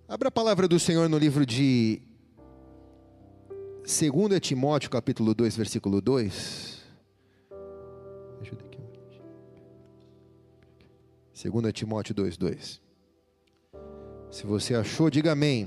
Abra a palavra do Senhor no livro de 2 Timóteo, capítulo 2, versículo 2. Deixa eu ver aqui. 2 Timóteo 2, 2. Se você achou, diga amém.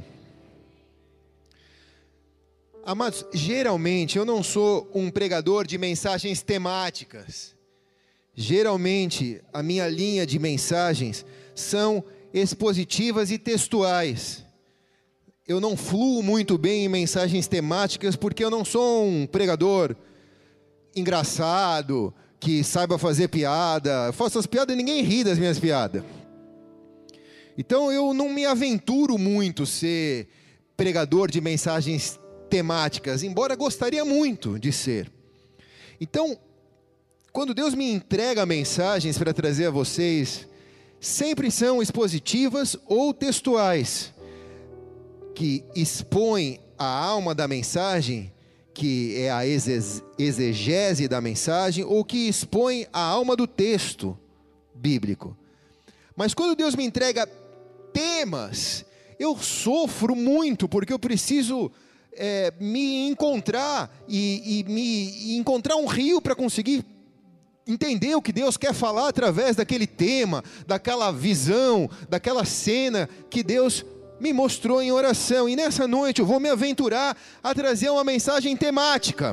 Amados, geralmente eu não sou um pregador de mensagens temáticas. Geralmente a minha linha de mensagens são expositivas e textuais. Eu não fluo muito bem em mensagens temáticas porque eu não sou um pregador engraçado, que saiba fazer piada. Eu faço as piadas e ninguém ri das minhas piadas. Então eu não me aventuro muito ser pregador de mensagens temáticas, embora gostaria muito de ser. Então, quando Deus me entrega mensagens para trazer a vocês, sempre são expositivas ou textuais, que expõem a alma da mensagem, que é a exegese da mensagem, ou que expõem a alma do texto bíblico. Mas quando Deus me entrega temas, eu sofro muito, porque eu preciso me encontrar e me encontrar um rio para conseguir entender o que Deus quer falar através daquele tema, daquela visão, daquela cena que Deus me mostrou em oração. E nessa noite eu vou me aventurar a trazer uma mensagem temática.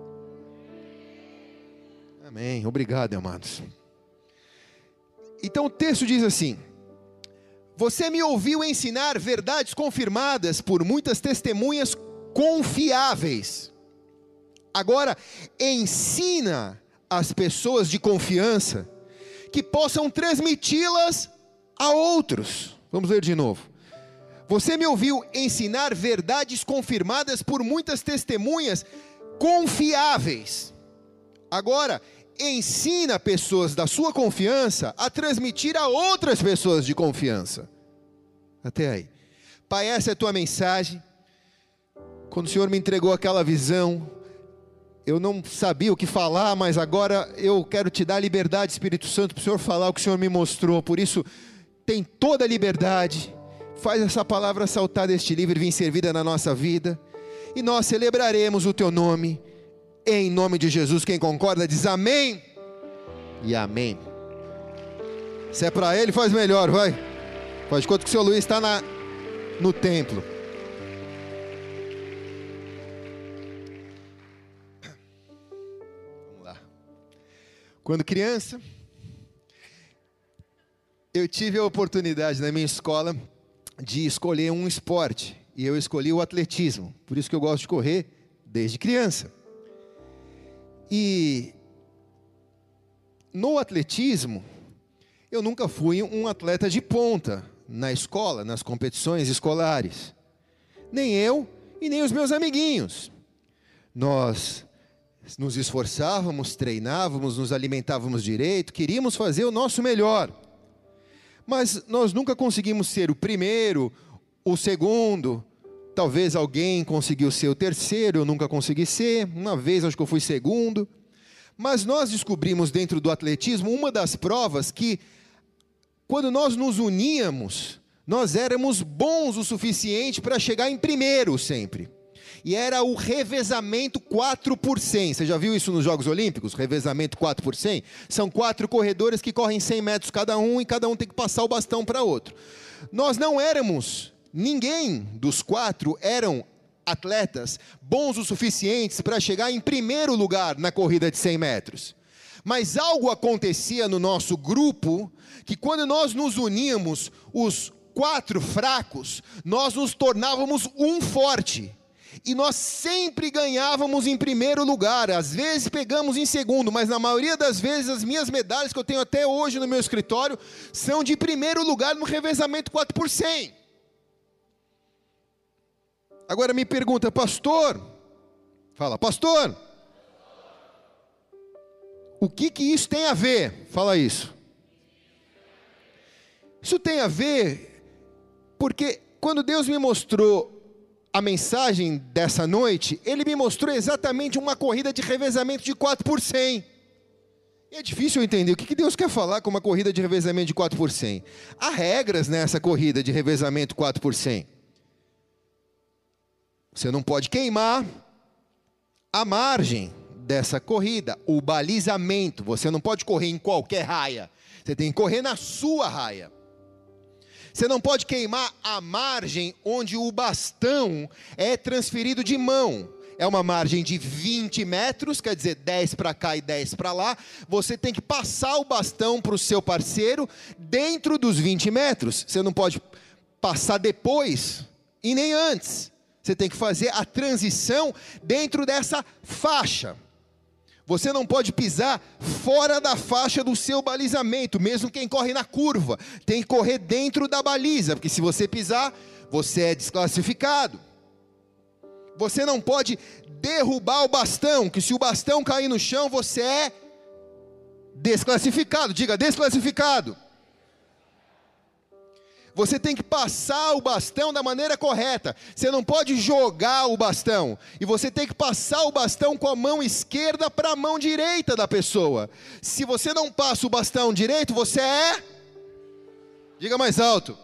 Amém, obrigado, amados. Então o texto diz assim: você me ouviu ensinar verdades confirmadas por muitas testemunhas confiáveis. Agora ensina as pessoas de confiança que possam transmiti-las a outros. Vamos ler de novo. Você me ouviu ensinar verdades confirmadas por muitas testemunhas confiáveis. Agora ensina pessoas da sua confiança a transmitir a outras pessoas de confiança. Até aí. Pai, essa é a tua mensagem. Quando o Senhor me entregou aquela visão, eu não sabia o que falar, mas agora eu quero te dar liberdade, Espírito Santo, para o Senhor falar o que o Senhor me mostrou. Por isso, tem toda a liberdade. Faz essa palavra saltar deste livro e vir servida na nossa vida. E nós celebraremos o teu nome, em nome de Jesus. Quem concorda diz amém e amém. Se é para ele, faz melhor, vai. Faz de conta que o seu Luiz está no templo. Vamos lá. Quando criança, eu tive a oportunidade na minha escola de escolher um esporte. E eu escolhi o atletismo. Por isso que eu gosto de correr desde criança. E no atletismo, eu nunca fui um atleta de ponta na escola, nas competições escolares. Nem eu e nem os meus amiguinhos. Nós nos esforçávamos, treinávamos, nos alimentávamos direito, queríamos fazer o nosso melhor. Mas nós nunca conseguimos ser o primeiro, o segundo. Talvez alguém conseguiu ser o terceiro, eu nunca consegui ser. Uma vez acho que eu fui segundo. Mas nós descobrimos dentro do atletismo uma das provas que, quando nós nos uníamos, nós éramos bons o suficiente para chegar em primeiro sempre. E era o revezamento 4 por 100. Você já viu isso nos Jogos Olímpicos? Revezamento 4 por 100? São 4 corredores que correm 100 metros cada um e cada um tem que passar o bastão para outro. Nós não éramos, ninguém dos 4 eram atletas bons o suficientes para chegar em primeiro lugar na corrida de 100 metros. Mas algo acontecia no nosso grupo, que quando nós nos uníamos, os 4 fracos, nós nos tornávamos um forte. E nós sempre ganhávamos em primeiro lugar. Às vezes pegamos em segundo, mas na maioria das vezes as minhas medalhas que eu tenho até hoje no meu escritório são de primeiro lugar no revezamento 4 por 100. Agora me pergunta, pastor, fala, pastor, o que isso tem a ver? Fala isso. Isso tem a ver porque quando Deus me mostrou a mensagem dessa noite, Ele me mostrou exatamente uma corrida de revezamento de 4 por 100. E é difícil eu entender o que Deus quer falar com uma corrida de revezamento de 4 por 100. Há regras nessa corrida de revezamento 4 por 100. Você não pode queimar a margem dessa corrida, o balizamento. Você não pode correr em qualquer raia. Você tem que correr na sua raia. Você não pode queimar a margem onde o bastão é transferido de mão. É uma margem de 20 metros, quer dizer, 10 para cá e 10 para lá. Você tem que passar o bastão para o seu parceiro dentro dos 20 metros. Você não pode passar depois e nem antes. Você tem que fazer a transição dentro dessa faixa. Você não pode pisar fora da faixa do seu balizamento, mesmo quem corre na curva. Tem que correr dentro da baliza, porque se você pisar, você é desclassificado. Você não pode derrubar o bastão, que se o bastão cair no chão, você é desclassificado. Diga, desclassificado. Você tem que passar o bastão da maneira correta. Você não pode jogar o bastão. E você tem que passar o bastão com a mão esquerda para a mão direita da pessoa. Se você não passa o bastão direito, você é... Diga mais alto.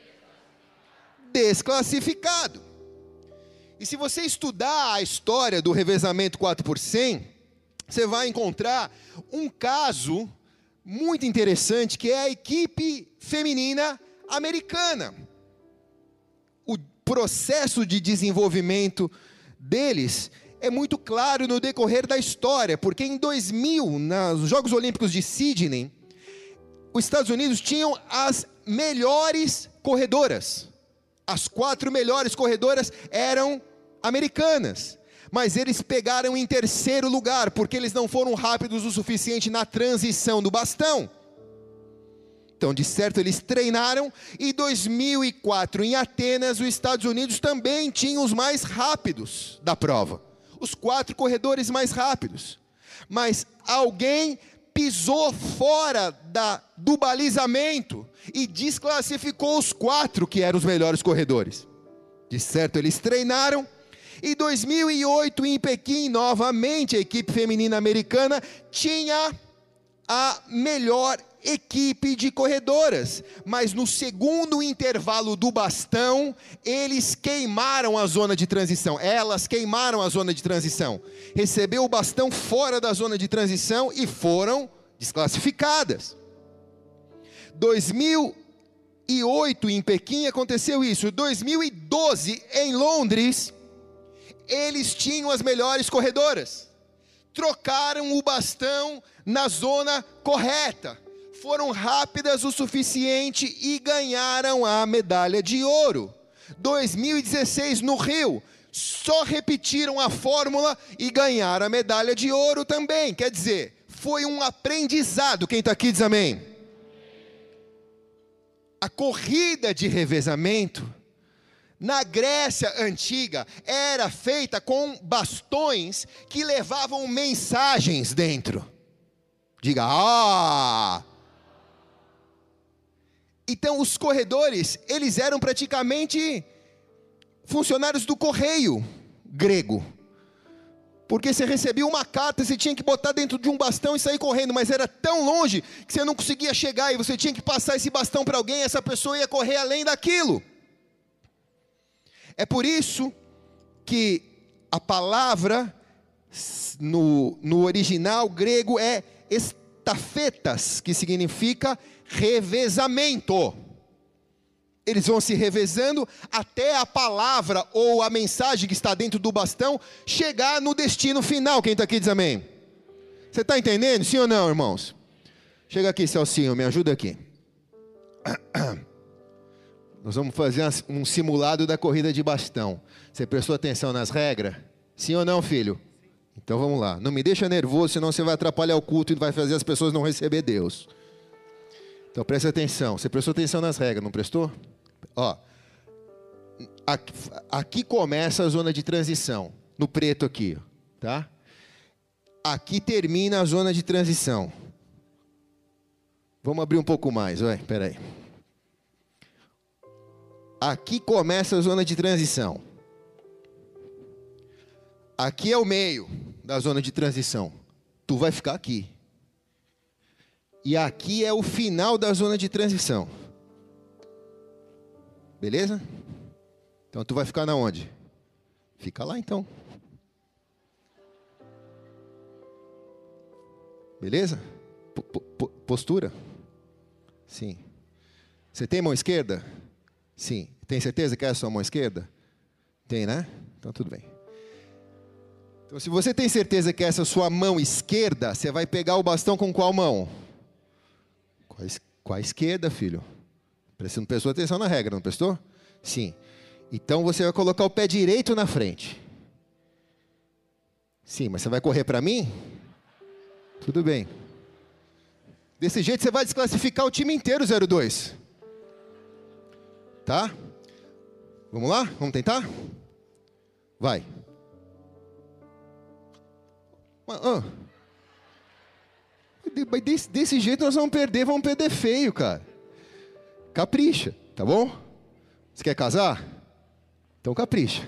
Desclassificado. E se você estudar a história do revezamento 4 por 100, você vai encontrar um caso muito interessante, que é a equipe feminina americana. O processo de desenvolvimento deles é muito claro no decorrer da história, porque em 2000, nos Jogos Olímpicos de Sydney, os Estados Unidos tinham as melhores corredoras. As 4 melhores corredoras eram americanas, mas eles pegaram em terceiro lugar, porque eles não foram rápidos o suficiente na transição do bastão. Então, de certo, eles treinaram, e em 2004, em Atenas, os Estados Unidos também tinham os mais rápidos da prova. Os 4 corredores mais rápidos. Mas alguém pisou fora do balizamento e desclassificou os 4 que eram os melhores corredores. De certo, eles treinaram. Em 2008, em Pequim, novamente, a equipe feminina americana tinha a melhor equipe de corredoras, mas no segundo intervalo do bastão, eles queimaram a zona de transição. Elas queimaram a zona de transição. Recebeu o bastão fora da zona de transição e foram desclassificadas. 2008 em Pequim aconteceu isso. 2012 em Londres, eles tinham as melhores corredoras. Trocaram o bastão na zona correta. Foram rápidas o suficiente e ganharam a medalha de ouro. 2016 no Rio, só repetiram a fórmula e ganharam a medalha de ouro também. Quer dizer, foi um aprendizado. Quem está aqui diz amém. A corrida de revezamento, na Grécia antiga, era feita com bastões que levavam mensagens dentro. Diga, Então os corredores, eles eram praticamente funcionários do correio grego. Porque você recebia uma carta, você tinha que botar dentro de um bastão e sair correndo, mas era tão longe que você não conseguia chegar, e você tinha que passar esse bastão para alguém, e essa pessoa ia correr além daquilo. É por isso que a palavra no original grego é estafetas, que significa revezamento. Eles vão se revezando até a palavra ou a mensagem que está dentro do bastão chegar no destino final. Quem está aqui diz amém. Você está entendendo? Sim ou não, irmãos? Chega aqui, Celcinho, me ajuda aqui. Nós vamos fazer um simulado da corrida de bastão. Você prestou atenção nas regras? Sim ou não, filho? Então vamos lá. Não me deixa nervoso, senão você vai atrapalhar o culto e vai fazer as pessoas não receber Deus. Então preste atenção. Você prestou atenção nas regras, não prestou? Ó, aqui começa a zona de transição. No preto aqui, tá? Aqui termina a zona de transição. Vamos abrir um pouco mais, vai, espera aí. Aqui começa a zona de transição. Aqui é o meio da zona de transição. Tu vai ficar aqui. E aqui é o final da zona de transição. Beleza? Então tu vai ficar na onde? Fica lá então. Beleza? Postura? Sim. Você tem mão esquerda? Sim. Tem certeza que é a sua mão esquerda? Tem, né? Então tudo bem. Então se você tem certeza que essa é a sua mão esquerda, você vai pegar o bastão com qual mão? Com a esquerda, filho. Você não prestou atenção na regra, não prestou? Sim. Então você vai colocar o pé direito na frente. Sim, mas você vai correr para mim? Tudo bem. Desse jeito você vai desclassificar o time inteiro, 02. Tá? Vamos lá? Vamos tentar? Vai. Desse jeito nós vamos perder feio, cara. Capricha, tá bom? Você quer casar? Então capricha.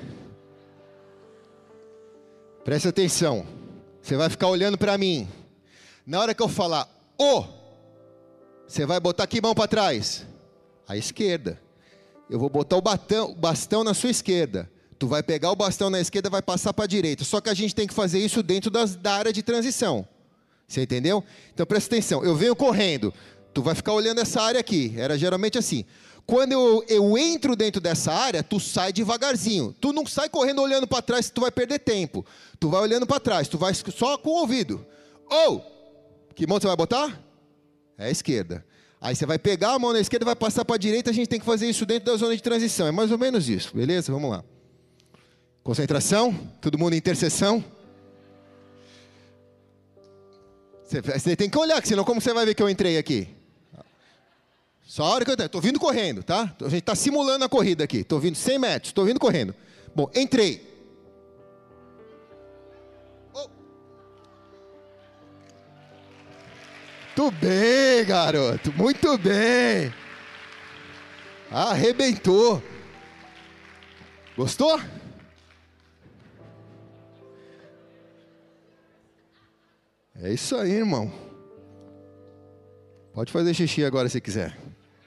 Presta atenção. Você vai ficar olhando para mim. Na hora que eu falar você vai botar que mão para trás? A esquerda. Eu vou botar o bastão na sua esquerda. Tu vai pegar o bastão na esquerda e vai passar para a direita. Só que a gente tem que fazer isso dentro da área de transição. Você entendeu? Então presta atenção. Eu venho correndo. Tu vai ficar olhando essa área aqui. Era geralmente assim. Quando eu entro dentro dessa área, tu sai devagarzinho. Tu não sai correndo olhando para trás, tu vai perder tempo. Tu vai olhando para trás. Tu vai só com o ouvido. Que mão você vai botar? É a esquerda. Aí você vai pegar a mão na esquerda e vai passar para a direita. A gente tem que fazer isso dentro da zona de transição. É mais ou menos isso. Beleza? Vamos lá. Concentração. Todo mundo em intercessão. Você tem que olhar, senão como você vai ver que eu entrei aqui? Só a hora que eu entrei. Estou vindo correndo, tá? A gente está simulando a corrida aqui. Estou vindo 100 metros. Estou vindo correndo. Bom, entrei. Muito bem, garoto. Muito bem. Arrebentou. Gostou? É isso aí, irmão. Pode fazer xixi agora se quiser.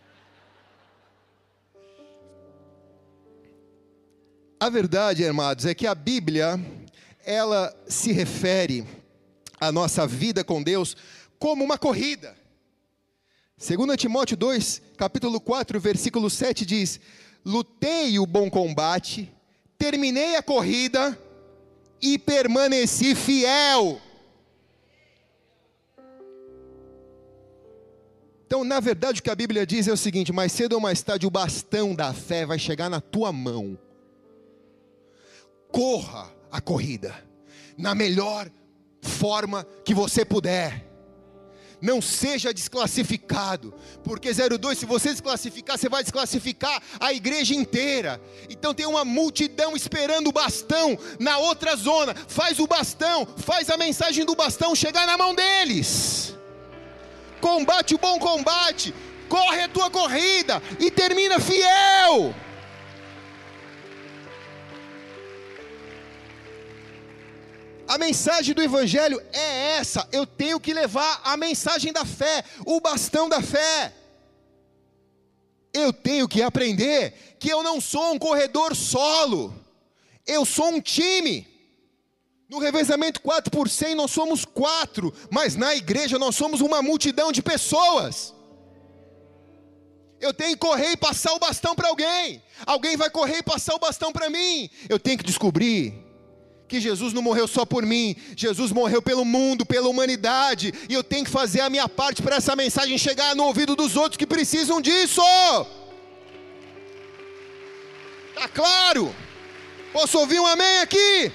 A verdade, amados, é que a Bíblia, ela se refere à nossa vida com Deus como uma corrida. 2 Timóteo 2, capítulo 4, versículo 7 diz: lutei o bom combate, terminei a corrida e permaneci fiel. Então, na verdade, o que a Bíblia diz é o seguinte: mais cedo ou mais tarde o bastão da fé vai chegar na tua mão. Corra a corrida na melhor forma que você puder. Não seja desclassificado, porque 02, se você desclassificar, você vai desclassificar a igreja inteira. Então tem uma multidão esperando o bastão na outra zona. Faz o bastão, faz a mensagem do bastão chegar na mão deles. Combate o bom combate, corre a tua corrida e termina fiel. A mensagem do Evangelho é essa. Eu tenho que levar a mensagem da fé, o bastão da fé. Eu tenho que aprender que eu não sou um corredor solo. Eu sou um time. No revezamento 4 por 100 nós somos 4, mas na igreja nós somos uma multidão de pessoas. Eu tenho que correr e passar o bastão para alguém. Alguém vai correr e passar o bastão para mim. Eu tenho que descobrir que Jesus não morreu só por mim, Jesus morreu pelo mundo, pela humanidade, e eu tenho que fazer a minha parte para essa mensagem chegar no ouvido dos outros que precisam disso. Tá claro? Posso ouvir um amém aqui?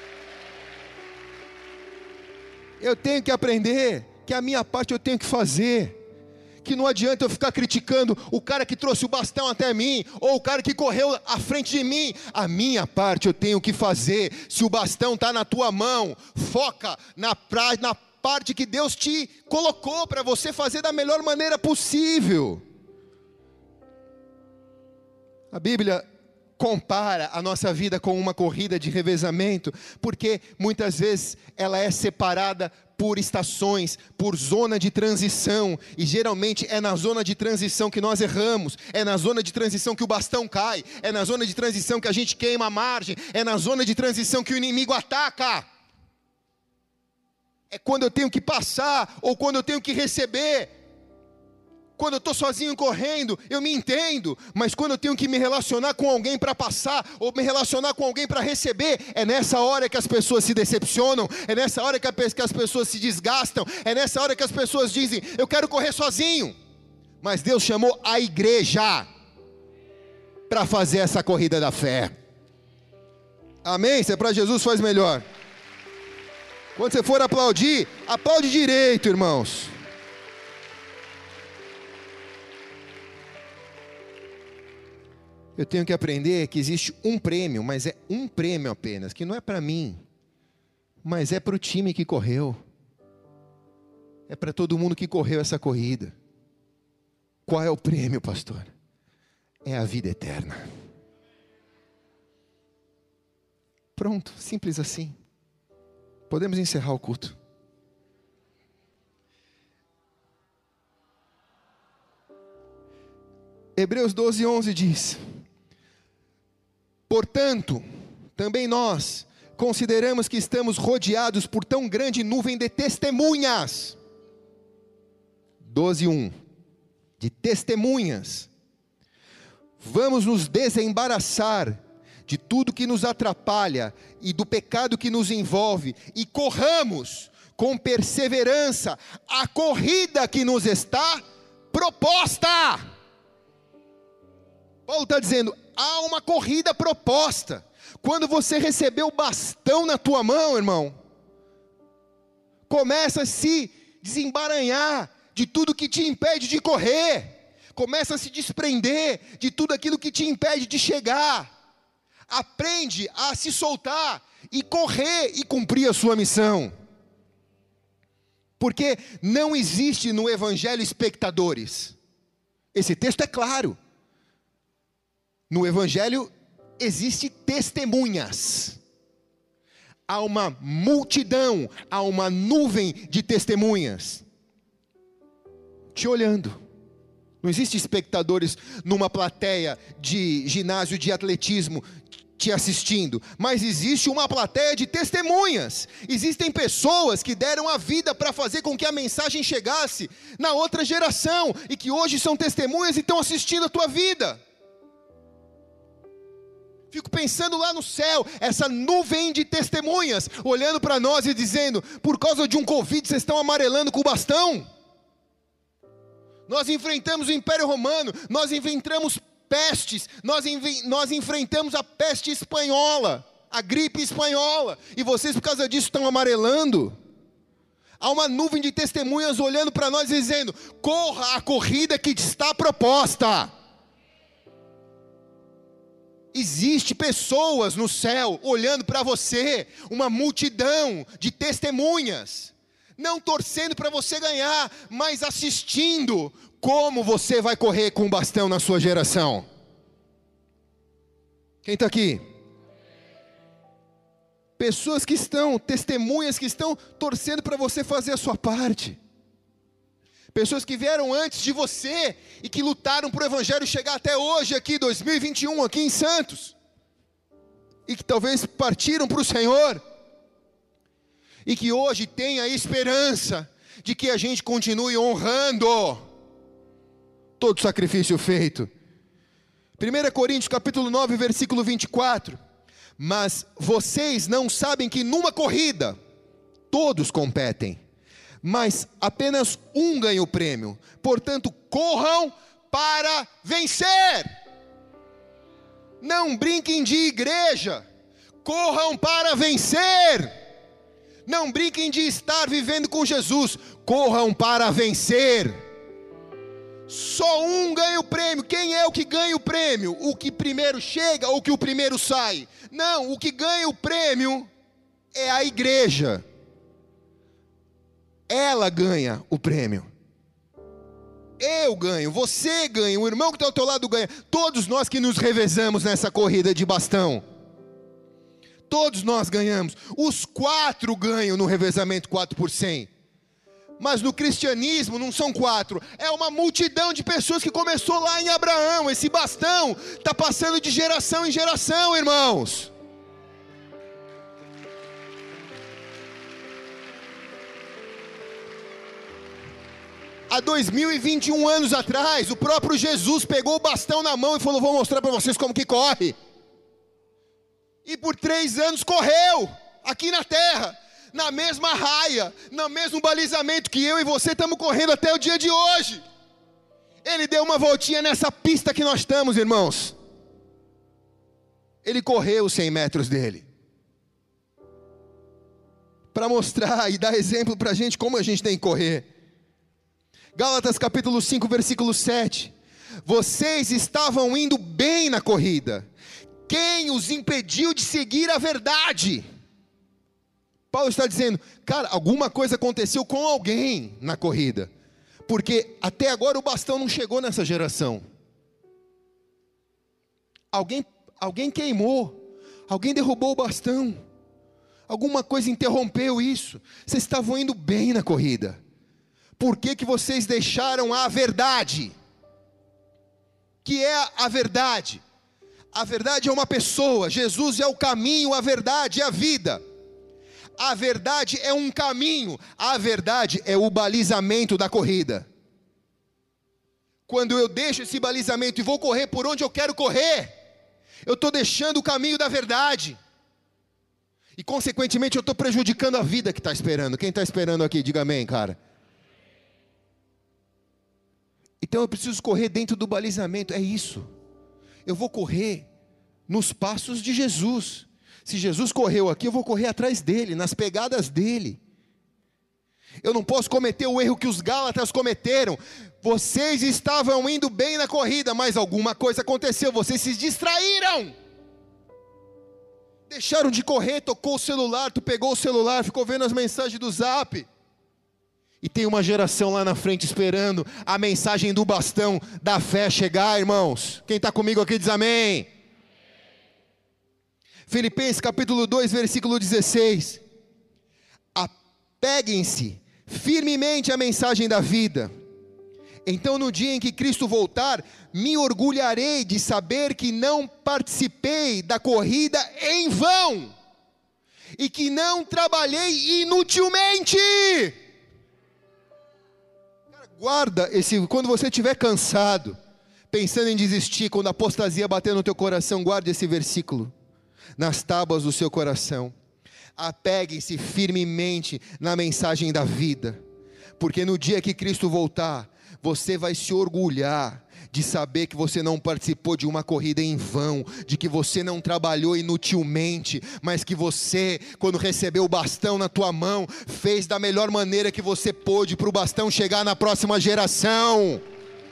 Eu tenho que aprender que a minha parte eu tenho que fazer. Que não adianta eu ficar criticando o cara que trouxe o bastão até mim, ou o cara que correu à frente de mim. A minha parte eu tenho que fazer. Se o bastão está na tua mão, foca na parte que Deus te colocou para você fazer da melhor maneira possível. A Bíblia compara a nossa vida com uma corrida de revezamento, porque muitas vezes ela é separada por estações, por zona de transição, e geralmente é na zona de transição que nós erramos, é na zona de transição que o bastão cai, é na zona de transição que a gente queima a margem, é na zona de transição que o inimigo ataca. É quando eu tenho que passar, ou quando eu tenho que receber. Quando eu estou sozinho correndo, eu me entendo, mas quando eu tenho que me relacionar com alguém para passar, ou me relacionar com alguém para receber, é nessa hora que as pessoas se decepcionam, é nessa hora que as pessoas se desgastam, é nessa hora que as pessoas dizem, eu quero correr sozinho. Mas Deus chamou a igreja para fazer essa corrida da fé. Amém? Se é para Jesus, faz melhor. Quando você for aplaudir, aplaude direito, irmãos. Eu tenho que aprender que existe um prêmio, mas é um prêmio apenas, que não é para mim, mas é para o time que correu. É para todo mundo que correu essa corrida. Qual é o prêmio, pastor? É a vida eterna. Pronto, simples assim. Podemos encerrar o culto. Hebreus 12:11 diz: portanto, também nós consideramos que estamos rodeados por tão grande nuvem de testemunhas. 12:1 de testemunhas. Vamos nos desembaraçar de tudo que nos atrapalha e do pecado que nos envolve, e corramos com perseverança a corrida que nos está proposta. Paulo está dizendo, há uma corrida proposta. Quando você recebeu o bastão na tua mão, irmão, começa a se desembaraçar de tudo que te impede de correr, começa a se desprender de tudo aquilo que te impede de chegar. Aprende a se soltar e correr e cumprir a sua missão. Porque não existe no Evangelho espectadores. Esse texto é claro. No Evangelho existe testemunhas. Há uma multidão, há uma nuvem de testemunhas te olhando. Não existe espectadores numa plateia de ginásio de atletismo te assistindo, mas existe uma plateia de testemunhas. Existem pessoas que deram a vida para fazer com que a mensagem chegasse na outra geração, e que hoje são testemunhas e estão assistindo a tua vida. Fico pensando lá no céu, essa nuvem de testemunhas, olhando para nós e dizendo, por causa de um Covid, vocês estão amarelando com o bastão? Nós enfrentamos o Império Romano, nós enfrentamos pestes, nós enfrentamos a peste espanhola, a gripe espanhola, e vocês por causa disso estão amarelando? Há uma nuvem de testemunhas olhando para nós e dizendo, corra a corrida que te está proposta. Existe pessoas no céu olhando para você, uma multidão de testemunhas, não torcendo para você ganhar, mas assistindo como você vai correr com o bastão na sua geração. Quem está aqui? Pessoas que estão, testemunhas que estão torcendo para você fazer a sua parte. Pessoas que vieram antes de você e que lutaram para o Evangelho chegar até hoje aqui, 2021, aqui em Santos. E que talvez partiram para o Senhor. E que hoje tem a esperança de que a gente continue honrando todo sacrifício feito. 1 Coríntios capítulo 9, versículo 24. Mas vocês não sabem que numa corrida todos competem, mas apenas um ganha o prêmio. Portanto, corram para vencer. Não brinquem de igreja, corram para vencer. Não brinquem de estar vivendo com Jesus, corram para vencer. Só um ganha o prêmio. Quem é o que ganha o prêmio? O que primeiro chega ou o que o primeiro sai? Não, o que ganha o prêmio é a igreja. Ela ganha o prêmio. eu ganho, você ganha, o irmão que está ao teu lado ganha. Todos nós que nos revezamos nessa corrida de bastão, todos nós ganhamos. Os 4 ganham no revezamento 4 por 100. Mas no cristianismo não são 4, é uma multidão de pessoas que começou lá em Abraão. Esse bastão está passando de geração em geração, irmãos. Há 2021 anos atrás, o próprio Jesus pegou o bastão na mão e falou: vou mostrar para vocês como que corre. E por 3 anos correu, aqui na terra, na mesma raia, no mesmo balizamento que eu e você estamos correndo até o dia de hoje. Ele deu uma voltinha nessa pista que nós estamos, irmãos. Ele correu os 100 metros dele, para mostrar e dar exemplo para a gente como a gente tem que correr. Gálatas capítulo 5, versículo 7. Vocês estavam indo bem na corrida. Quem os impediu de seguir a verdade? Paulo está dizendo, cara, alguma coisa aconteceu com alguém na corrida, porque até agora o bastão não chegou nessa geração. Alguém queimou, alguém derrubou o bastão, alguma coisa interrompeu isso. Vocês estavam indo bem na corrida. Por que que vocês deixaram a verdade? Que é a verdade? A verdade é uma pessoa. Jesus é o caminho, a verdade e a vida. A verdade é um caminho. A verdade é o balizamento da corrida. Quando eu deixo esse balizamento e vou correr por onde eu quero correr, eu estou deixando o caminho da verdade. E consequentemente eu estou prejudicando a vida que está esperando. Quem está esperando aqui, diga amém, cara. Então eu preciso correr dentro do balizamento, é isso. Eu vou correr nos passos de Jesus. Se Jesus correu aqui, eu vou correr atrás dele, nas pegadas dele. Eu não posso cometer o erro que os Gálatas cometeram. Vocês estavam indo bem na corrida, mas alguma coisa aconteceu, vocês se distraíram. Deixaram de correr, tocou o celular, tu pegou o celular, ficou vendo as mensagens do Zap. E tem uma geração lá na frente esperando a mensagem do bastão da fé chegar, irmãos. Quem está comigo aqui diz amém. Filipenses capítulo 2, versículo 16. Apeguem-se firmemente à mensagem da vida. Então no dia em que Cristo voltar, me orgulharei de saber que não participei da corrida em vão. E que não trabalhei inutilmente. Guarda quando você estiver cansado, pensando em desistir, quando a apostasia bater no teu coração, guarde esse versículo nas tábuas do seu coração. Apegue-se firmemente na mensagem da vida, porque no dia que Cristo voltar, você vai se orgulhar de saber que você não participou de uma corrida em vão, de que você não trabalhou inutilmente, mas que você, quando recebeu o bastão na tua mão, fez da melhor maneira que você pôde para o bastão chegar na próxima geração.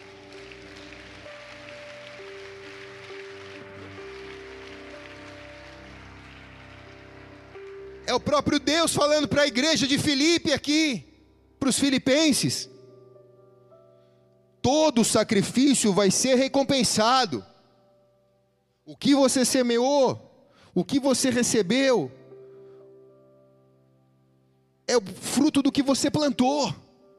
É o próprio Deus falando para a igreja de Filipe aqui, para os filipenses. Todo sacrifício vai ser recompensado. O que você semeou, o que você recebeu, é o fruto do que você plantou.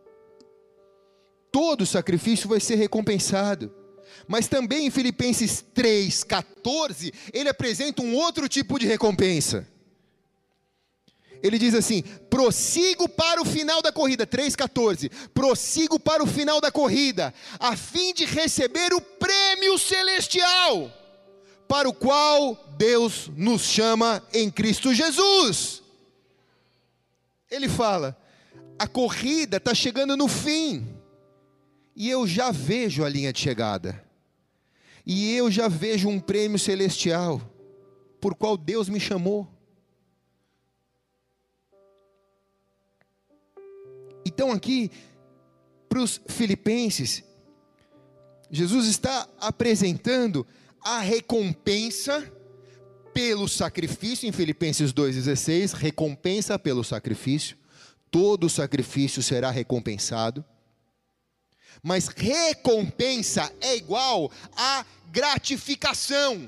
Todo sacrifício vai ser recompensado. Mas também em Filipenses 3,14, ele apresenta um outro tipo de recompensa. Ele diz assim: prossigo para o final da corrida, 3,14, prossigo para o final da corrida, a fim de receber o prêmio celestial, para o qual Deus nos chama em Cristo Jesus. Ele fala, a corrida está chegando no fim, e eu já vejo a linha de chegada, e eu já vejo um prêmio celestial, por qual Deus me chamou. Então aqui, para os filipenses, Jesus está apresentando a recompensa pelo sacrifício, em Filipenses 2,16, recompensa pelo sacrifício, todo sacrifício será recompensado, Mas recompensa é igual a gratificação.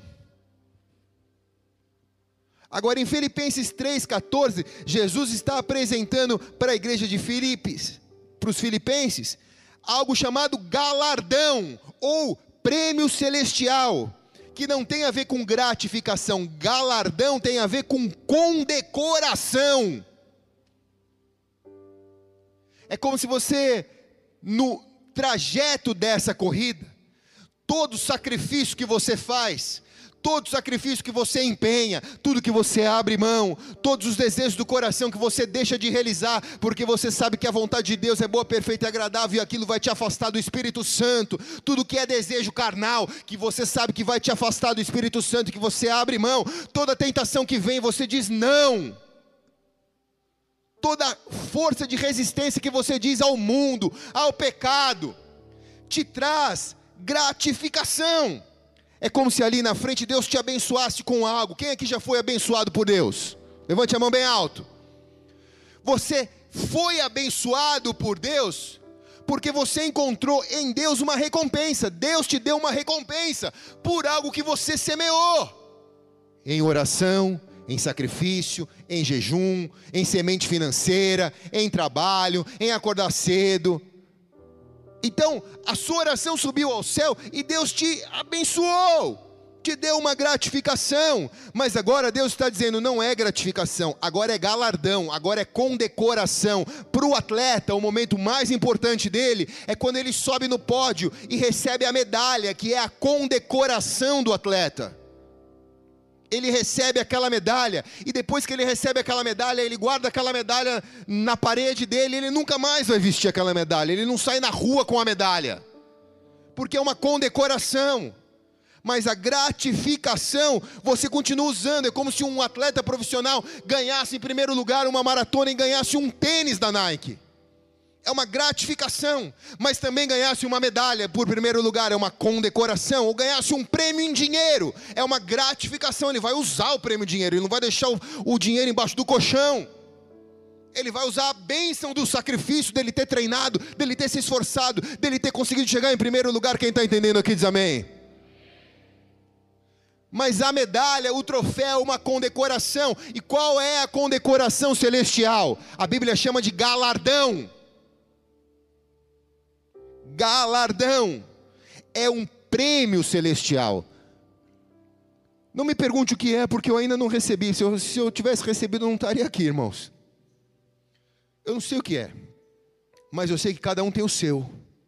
Agora em Filipenses 3,14, Jesus está apresentando para a igreja de Filipos, para os filipenses, algo chamado galardão, ou prêmio celestial, que não tem a ver com gratificação. Galardão tem a ver com condecoração. É como se você, no trajeto dessa corrida, todo sacrifício que você faz, todo sacrifício que você empenha, tudo que você abre mão, todos os desejos do coração que você deixa de realizar, porque você sabe que a vontade de Deus é boa, perfeita e agradável, e aquilo vai te afastar do Espírito Santo. Tudo que é desejo carnal, que você sabe que vai te afastar do Espírito Santo, que você abre mão. Toda tentação que vem, você diz não. Toda força de resistência que você diz ao mundo, ao pecado, te traz gratificação. É como se ali na frente Deus te abençoasse com algo. Quem aqui já foi abençoado por Deus? Levante a mão bem alto. Você foi abençoado por Deus porque você encontrou em Deus uma recompensa. Deus te deu uma recompensa por algo que você semeou. Em oração, em sacrifício, em jejum, em semente financeira, em trabalho, em acordar cedo. Então, a sua oração subiu ao céu e Deus te abençoou, te deu uma gratificação. Mas agora Deus está dizendo, não é gratificação, agora é galardão, agora é condecoração. Para o atleta, o momento mais importante dele é quando ele sobe no pódio e recebe a medalha, que é a condecoração do atleta. Ele recebe aquela medalha, e depois que ele recebe aquela medalha, ele guarda aquela medalha na parede dele, ele nunca mais vai vestir aquela medalha, ele não sai na rua com a medalha, porque é uma condecoração. Mas a gratificação, você continua usando. É como se um atleta profissional ganhasse em primeiro lugar uma maratona e ganhasse um tênis da Nike. É uma gratificação, mas também ganhasse uma medalha por primeiro lugar, é uma condecoração. Ou ganhasse um prêmio em dinheiro, é uma gratificação. Ele vai usar o prêmio em dinheiro, ele não vai deixar o dinheiro embaixo do colchão. Ele vai usar a bênção do sacrifício, dele ter treinado, dele ter se esforçado, dele ter conseguido chegar em primeiro lugar. Quem está entendendo aqui diz amém. Mas a medalha, o troféu, uma condecoração. E qual é a condecoração celestial? A Bíblia chama de galardão. Galardão é um prêmio celestial. Não me pergunte o que é, porque eu ainda não recebi. Se eu tivesse recebido, eu não estaria aqui, irmãos. Eu não sei o que é, mas eu sei que cada um tem o seu.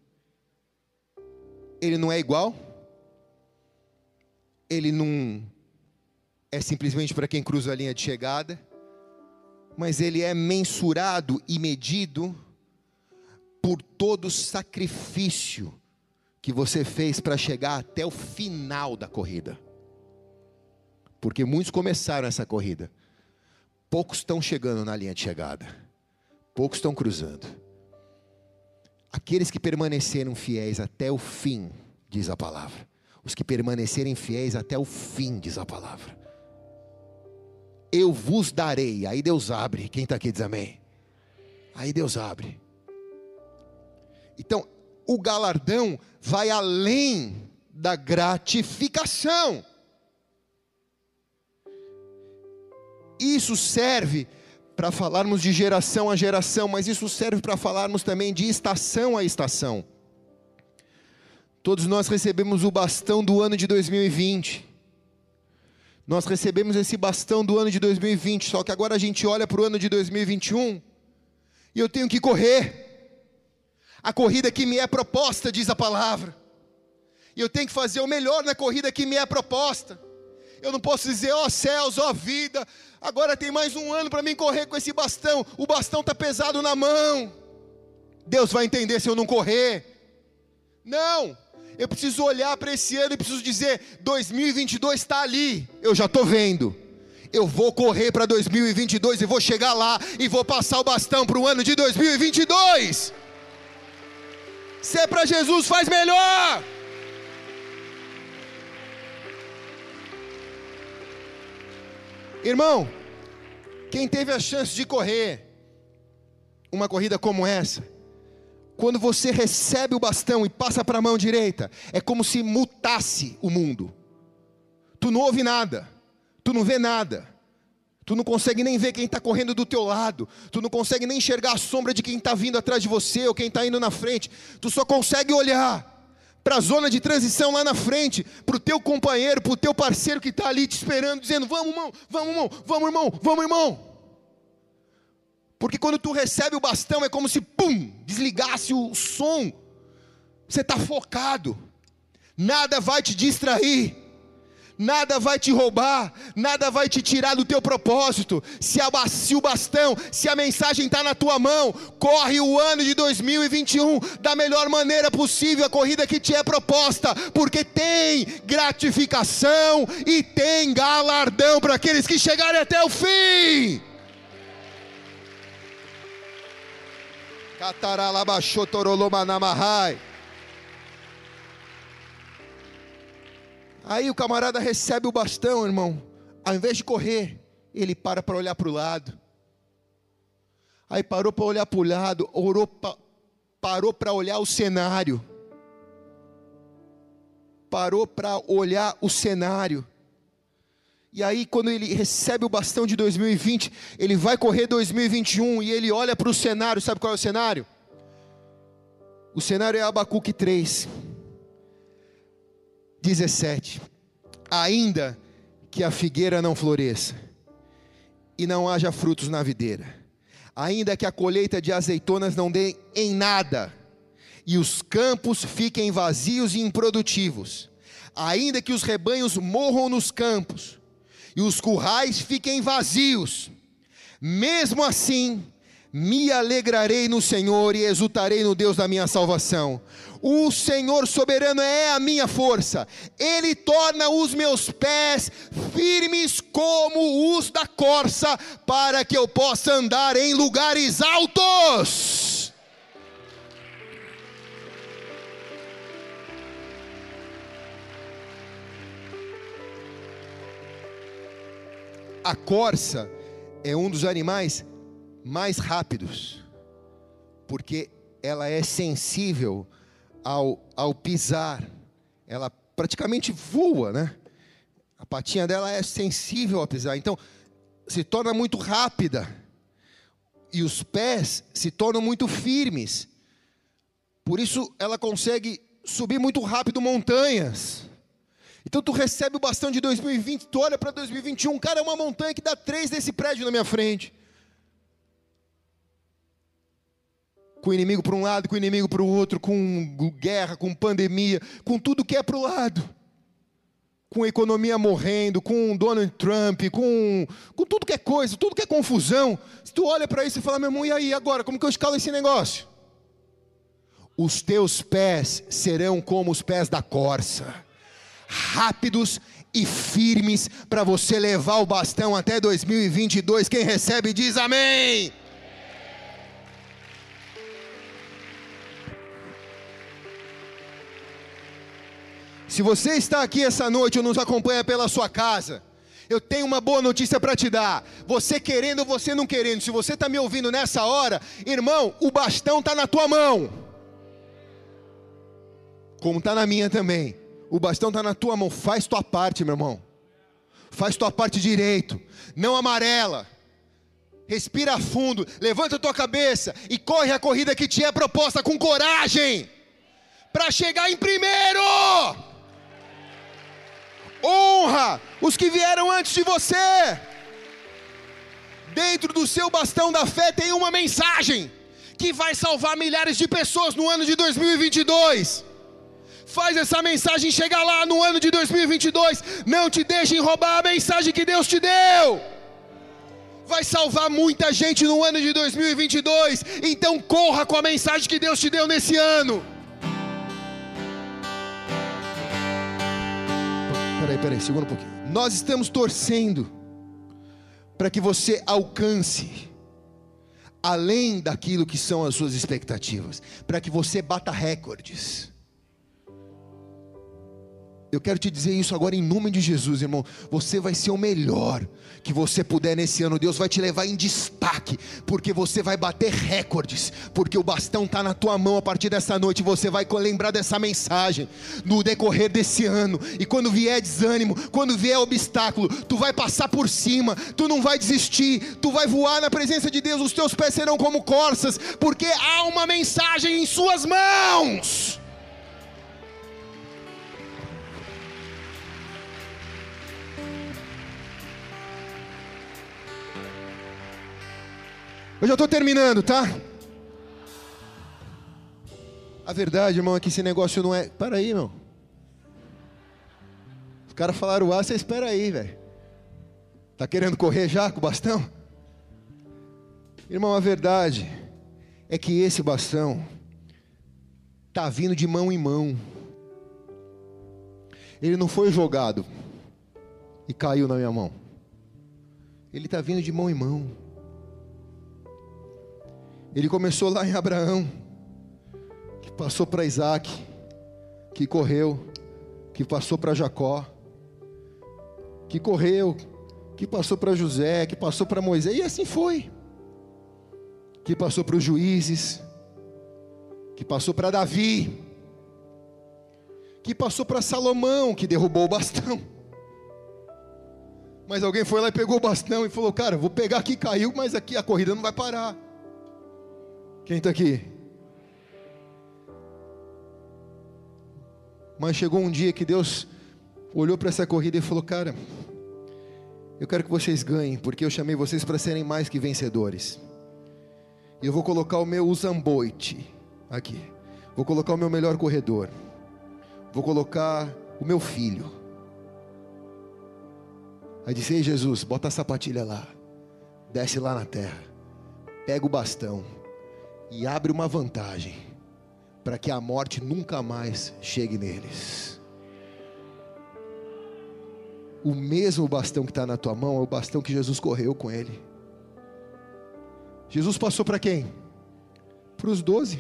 Ele não é igual. Ele não é simplesmente para quem cruza a linha de chegada, mas ele é mensurado e medido por todo o sacrifício que você fez para chegar até o final da corrida. Porque muitos começaram essa corrida, poucos estão chegando na linha de chegada, poucos estão cruzando. Aqueles que permaneceram fiéis até o fim, diz a palavra. Os que permanecerem fiéis até o fim, diz a palavra. Eu vos darei. Aí Deus abre. Quem está aqui diz amém. Aí Deus abre. Então, o galardão vai além da gratificação. Isso serve para falarmos de geração a geração, mas isso serve para falarmos também de estação a estação. Todos nós recebemos o bastão do ano de 2020. Nós recebemos esse bastão do ano de 2020, só que agora a gente olha para o ano de 2021 e eu tenho que correr. A corrida que me é proposta, diz a palavra. E eu tenho que fazer o melhor na corrida que me é proposta. Eu não posso dizer, ó céus, ó vida, agora tem mais um ano para mim correr com esse bastão. O bastão está pesado na mão. Deus vai entender se eu não correr. Não, eu preciso olhar para esse ano e preciso dizer, 2022 está ali, eu já estou vendo. Eu vou correr para 2022 e vou chegar lá e vou passar o bastão para o ano de 2022. Se é para Jesus, faz melhor. Irmão, quem teve a chance de correr uma corrida como essa, Quando você recebe o bastão e passa para a mão direita, é como se mutasse o mundo. Tu não ouve nada, tu não vê nada, tu não consegue nem ver quem está correndo do teu lado, tu não consegue nem enxergar a sombra de quem está vindo atrás de você ou quem está indo na frente. Tu só consegue olhar para a zona de transição lá na frente, para o teu companheiro, para o teu parceiro que está ali te esperando, dizendo: vamos irmão, vamos irmão, vamos irmão, vamos irmão. Porque quando tu recebe o bastão, é como se, pum, desligasse o som. Você está focado. Nada vai te distrair. Nada vai te roubar. Nada vai te tirar do teu propósito. Se o bastão, se a mensagem está na tua mão, corre o ano de 2021 da melhor maneira possível, a corrida que te é proposta. Porque tem gratificação e tem galardão para aqueles que chegarem até o fim. Aí o camarada recebe o bastão, irmão. Ao invés de correr, ele para olhar para o lado. Aí parou para olhar para o lado, parou para olhar o cenário. Parou para olhar o cenário. E aí quando ele recebe o bastão de 2020, ele vai correr 2021 e ele olha para o cenário. Sabe qual é o cenário? O cenário é Abacuque 3, 17. Ainda que a figueira não floresça e não haja frutos na videira, ainda que a colheita de azeitonas não dê em nada, e os campos fiquem vazios e improdutivos, ainda que os rebanhos morram nos campos, e os currais fiquem vazios, mesmo assim, me alegrarei no Senhor e exultarei no Deus da minha salvação. O Senhor soberano é a minha força, Ele torna os meus pés firmes como os da corça, para que eu possa andar em lugares altos. A corça é um dos animais mais rápidos, porque ela é sensível ao pisar, ela praticamente voa, né? A patinha dela é sensível ao pisar, então se torna muito rápida, e os pés se tornam muito firmes, por isso ela consegue subir muito rápido montanhas. Então tu recebe o bastão de 2020, tu olha para 2021, cara, é uma montanha que dá 3 desse prédio na minha frente. Com o inimigo para um lado, com o inimigo para o outro, com guerra, com pandemia, com tudo que é para o lado. Com a economia morrendo, com Donald Trump, com tudo que é coisa, tudo que é confusão. Se tu olha para isso e fala: meu irmão, e aí agora, como que eu escalo esse negócio? Os teus pés serão como os pés da corça, rápidos e firmes, para você levar o bastão até 2022. Quem recebe diz amém. Se você está aqui essa noite ou nos acompanha pela sua casa, eu tenho uma boa notícia para te dar. Você querendo ou você não querendo, se você está me ouvindo nessa hora, irmão, o bastão está na tua mão, como está na minha também. O bastão está na tua mão. Faz tua parte, meu irmão. Faz tua parte direito. Não amarela. Respira fundo. Levanta a tua cabeça e corre a corrida que te é proposta com coragem, para chegar em primeiro. Honra os que vieram antes de você. Dentro do seu bastão da fé tem uma mensagem que vai salvar milhares de pessoas no ano de 2022. Faz essa mensagem chegar lá no ano de 2022. Não te deixem roubar a mensagem que Deus te deu. Vai salvar muita gente no ano de 2022. Então corra com a mensagem que Deus te deu nesse ano. Peraí, segura um pouquinho. Nós estamos torcendo para que você alcance além daquilo que são as suas expectativas, para que você bata recordes. eu quero te dizer isso agora em nome de Jesus, irmão. Você vai ser o melhor que você puder nesse ano. Deus vai te levar em destaque, porque você vai bater recordes, porque o bastão está na tua mão. A partir dessa noite você vai lembrar dessa mensagem no decorrer desse ano. E quando vier desânimo, quando vier obstáculo, tu vai passar por cima, tu não vai desistir, tu vai voar na presença de Deus. Os teus pés serão como corças, porque há uma mensagem em suas mãos. Eu já estou terminando, tá? A verdade, irmão, é que esse negócio não é... Para aí, irmão. Os caras falaram A, você espera aí, velho. Tá querendo correr já com o bastão? Irmão, a verdade é que esse bastão tá vindo de mão em mão. Ele não foi jogado e caiu na minha mão. Ele tá vindo de mão em mão. Ele começou lá em Abraão, que passou para Isaac, que correu, que passou para Jacó, que correu, que passou para José, que passou para Moisés, e assim foi. Que passou para os juízes, que passou para Davi, que passou para Salomão, que derrubou o bastão. Mas alguém foi lá e pegou o bastão e falou: cara, vou pegar aqui, caiu, mas aqui a corrida não vai parar. Quem está aqui? Mas chegou um dia que Deus olhou para essa corrida e falou: cara, eu quero que vocês ganhem, porque eu chamei vocês para serem mais que vencedores. E eu vou colocar o meu Uzamboite aqui, vou colocar o meu melhor corredor, vou colocar o meu filho. Aí disse: ei Jesus, bota a sapatilha lá, desce lá na terra, pega o bastão e abre uma vantagem, para que a morte nunca mais chegue neles. O mesmo bastão que está na tua mão é o bastão que Jesus correu com ele. Jesus passou para quem? Para os 12.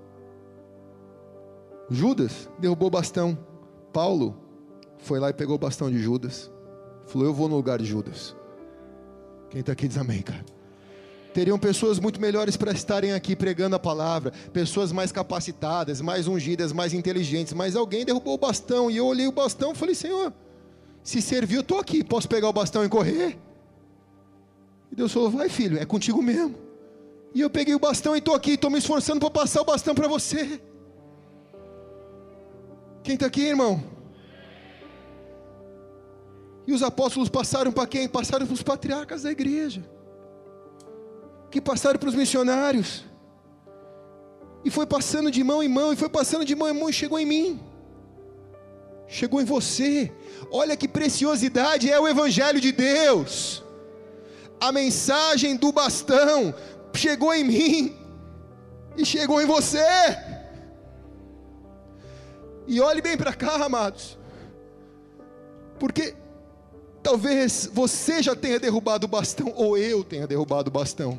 Judas derrubou o bastão. Paulo foi lá e pegou o bastão de Judas. Falou: eu vou no lugar de Judas. Quem está aqui diz amém, cara. Teriam pessoas muito melhores para estarem aqui pregando a palavra, pessoas mais capacitadas, mais ungidas, mais inteligentes, mas alguém derrubou o bastão, e eu olhei o bastão e falei: Senhor, se servir eu estou aqui, posso pegar o bastão e correr? E Deus falou: vai filho, é contigo mesmo. E eu peguei o bastão e estou aqui, estou me esforçando para passar o bastão para você. Quem está aqui, irmão? E os apóstolos passaram para quem? Passaram para os patriarcas da igreja, que passaram para os missionários, e foi passando de mão em mão, e foi passando de mão em mão, e chegou em mim, chegou em você. Olha que preciosidade é o Evangelho de Deus. A mensagem do bastão chegou em mim, e chegou em você. E olhe bem para cá, amados, porque talvez você já tenha derrubado o bastão, ou eu tenha derrubado o bastão,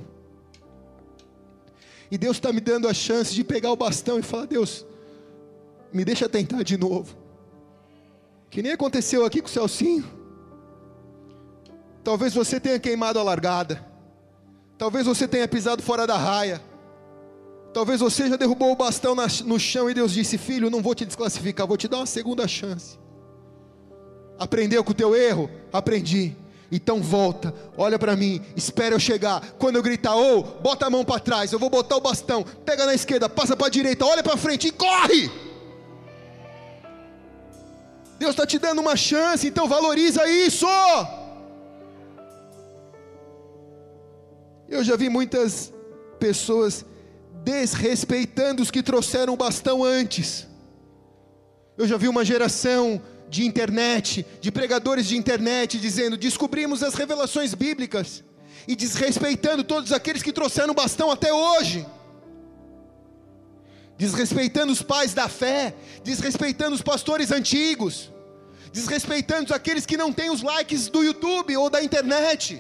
e Deus está me dando a chance de pegar o bastão e falar: Deus, me deixa tentar de novo. Que nem aconteceu aqui com o Celcinho. Talvez você tenha queimado a largada, talvez você tenha pisado fora da raia, talvez você já derrubou o bastão no chão, e Deus disse: filho, não vou te desclassificar, vou te dar uma segunda chance. Aprendeu com o teu erro? Aprendi. Então volta, olha para mim, espera eu chegar. Quando eu gritar: ô, bota a mão para trás, eu vou botar o bastão. Pega na esquerda, passa para a direita, olha para frente e corre. Deus está te dando uma chance, então valoriza isso. Eu já vi muitas pessoas desrespeitando os que trouxeram o bastão antes. Eu já vi uma geração de internet, de pregadores de internet, dizendo: descobrimos as revelações bíblicas, e desrespeitando todos aqueles que trouxeram o bastão até hoje, desrespeitando os pais da fé, desrespeitando os pastores antigos, desrespeitando aqueles que não têm os likes do YouTube ou da internet,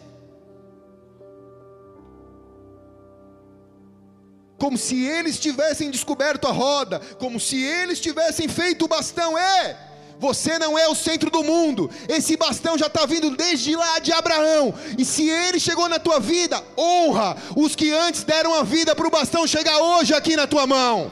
como se eles tivessem descoberto a roda, como se eles tivessem feito o bastão. Você não é o centro do mundo. Esse bastão já está vindo desde lá de Abraão. E se ele chegou na tua vida, honra os que antes deram a vida para o bastão chegar hoje aqui na tua mão.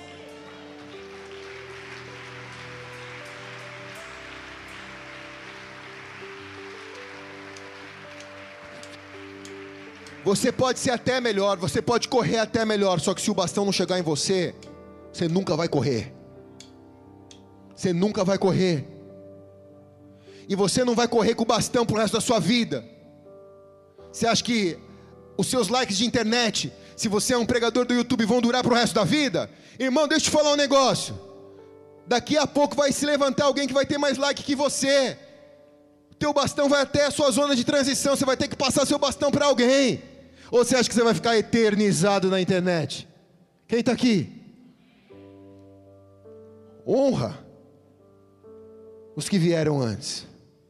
Você pode ser até melhor, você pode correr até melhor, só que se o bastão não chegar em você, você nunca vai correr. Você nunca vai correr. E você não vai correr com o bastão pro resto da sua vida. Você acha que os seus likes de internet, se você é um pregador do YouTube, vão durar pro resto da vida? Irmão, deixa eu te falar um negócio. Daqui a pouco vai se levantar alguém que vai ter mais like que você. O teu bastão vai até a sua zona de transição, você vai ter que passar seu bastão para alguém. Ou você acha que você vai ficar eternizado na internet? Quem está aqui? Honra os que vieram antes.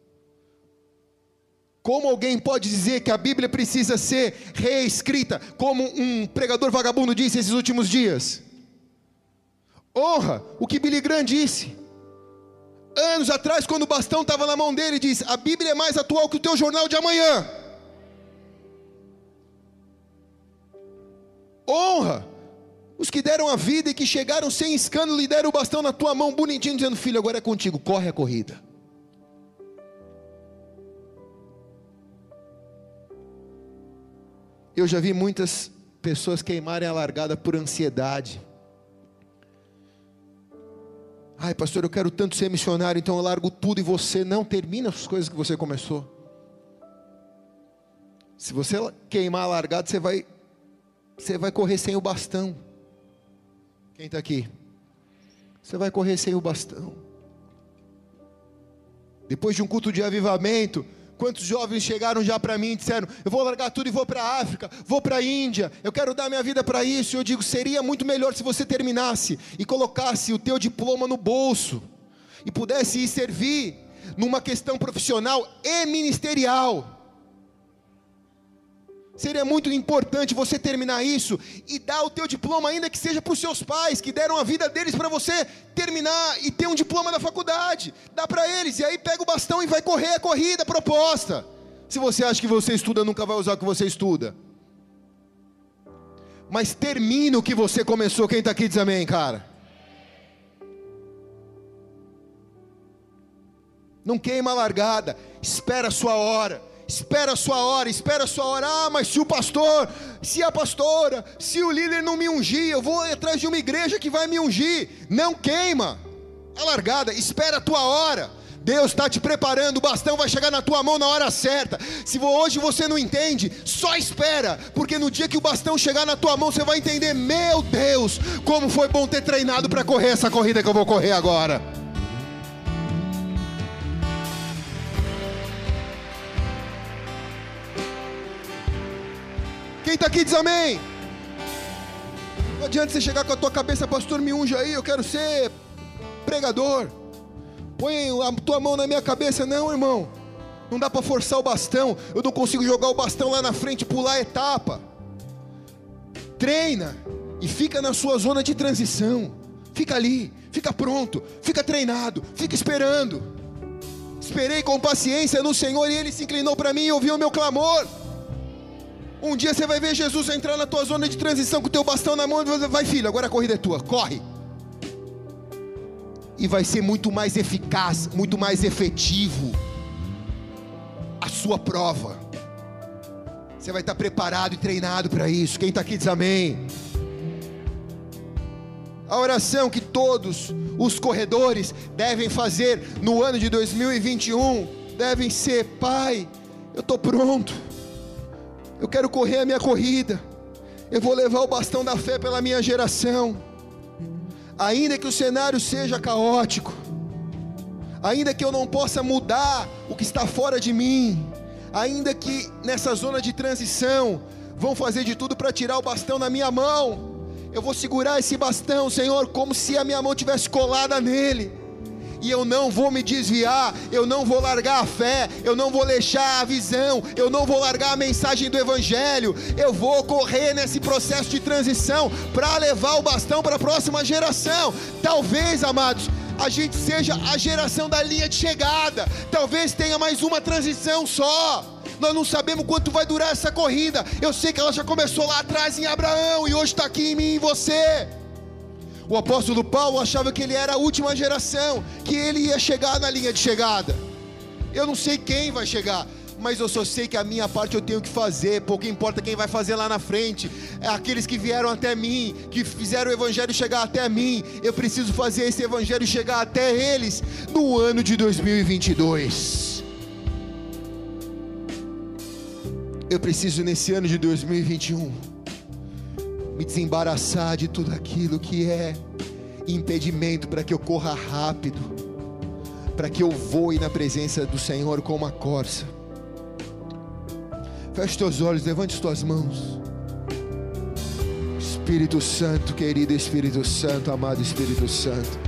Como alguém pode dizer que a Bíblia precisa ser reescrita, como um pregador vagabundo disse esses últimos dias? Honra o que Billy Graham disse anos atrás, quando o bastão estava na mão dele, disse: a Bíblia é mais atual que o teu jornal de amanhã. Honra os que deram a vida e que chegaram sem escândalo e deram o bastão na tua mão bonitinho, dizendo: filho, agora é contigo, corre a corrida. Eu já vi muitas pessoas queimarem a largada por ansiedade. Ai, pastor, eu quero tanto ser missionário, então eu largo tudo, e você não termina as coisas que você começou. Se você queimar a largada, você vai correr sem o bastão. Quem está aqui? Você vai correr sem o bastão. Depois de um culto de avivamento, quantos jovens chegaram já para mim e disseram: eu vou largar tudo e vou para a África, vou para a Índia, eu quero dar minha vida para isso. E eu digo: seria muito melhor se você terminasse e colocasse o teu diploma no bolso e pudesse ir servir numa questão profissional e ministerial. Seria muito importante você terminar isso e dar o teu diploma, ainda que seja para os seus pais, que deram a vida deles para você terminar e ter um diploma da faculdade. Dá para eles, e aí pega o bastão e vai correr a corrida proposta. Se você acha que você estuda, nunca vai usar o que você estuda. Mas termina o que você começou. Quem está aqui diz amém, cara. Não queima a largada, espera a sua hora. Espera a sua hora, espera a sua hora. Ah, mas se o pastor, se a pastora, se o líder não me ungir, eu vou atrás de uma igreja que vai me ungir. Não queima a largada, espera a tua hora. Deus está te preparando, o bastão vai chegar na tua mão na hora certa. Se hoje você não entende, só espera, porque no dia que o bastão chegar na tua mão, você vai entender: meu Deus, como foi bom ter treinado para correr essa corrida que eu vou correr agora. Quem está aqui diz amém. Não adianta você chegar com a tua cabeça: pastor, me unja aí, eu quero ser pregador. Põe a tua mão na minha cabeça. Não, irmão, não dá para forçar o bastão. Eu não consigo jogar o bastão lá na frente e pular a etapa. Treina e fica na sua zona de transição. Fica ali, fica pronto, fica treinado, fica esperando. Esperei com paciência no Senhor e Ele se inclinou para mim e ouviu o meu clamor. Um dia você vai ver Jesus entrar na tua zona de transição com o teu bastão na mão e você vai: filho, agora a corrida é tua, corre. E vai ser muito mais eficaz, muito mais efetivo a sua prova. Você vai estar preparado e treinado para isso. Quem está aqui diz amém. A oração que todos os corredores devem fazer no ano de 2021 devem ser: Pai, eu estou pronto, eu quero correr a minha corrida, eu vou levar o bastão da fé pela minha geração. Ainda que o cenário seja caótico, ainda que eu não possa mudar o que está fora de mim, ainda que nessa zona de transição vão fazer de tudo para tirar o bastão da minha mão, eu vou segurar esse bastão, Senhor, como se a minha mão tivesse colada nele. E eu não vou me desviar, eu não vou largar a fé, eu não vou deixar a visão, eu não vou largar a mensagem do Evangelho. Eu vou correr nesse processo de transição para levar o bastão para a próxima geração. Talvez, amados, a gente seja a geração da linha de chegada. Talvez tenha mais uma transição só. Nós não sabemos quanto vai durar essa corrida. Eu sei que ela já começou lá atrás em Abraão e hoje está aqui em mim e em você. O apóstolo Paulo achava que ele era a última geração, que ele ia chegar na linha de chegada. Eu não sei quem vai chegar, mas eu só sei que a minha parte eu tenho que fazer. Pouco importa quem vai fazer lá na frente. É aqueles que vieram até mim, que fizeram o evangelho chegar até mim. Eu preciso fazer esse evangelho chegar até eles no ano de 2022. Eu preciso nesse ano de 2021 me desembaraçar de tudo aquilo que é impedimento para que eu corra rápido, para que eu voe na presença do Senhor como uma corça. Feche teus olhos, levante as tuas mãos. Espírito Santo, querido Espírito Santo, amado Espírito Santo,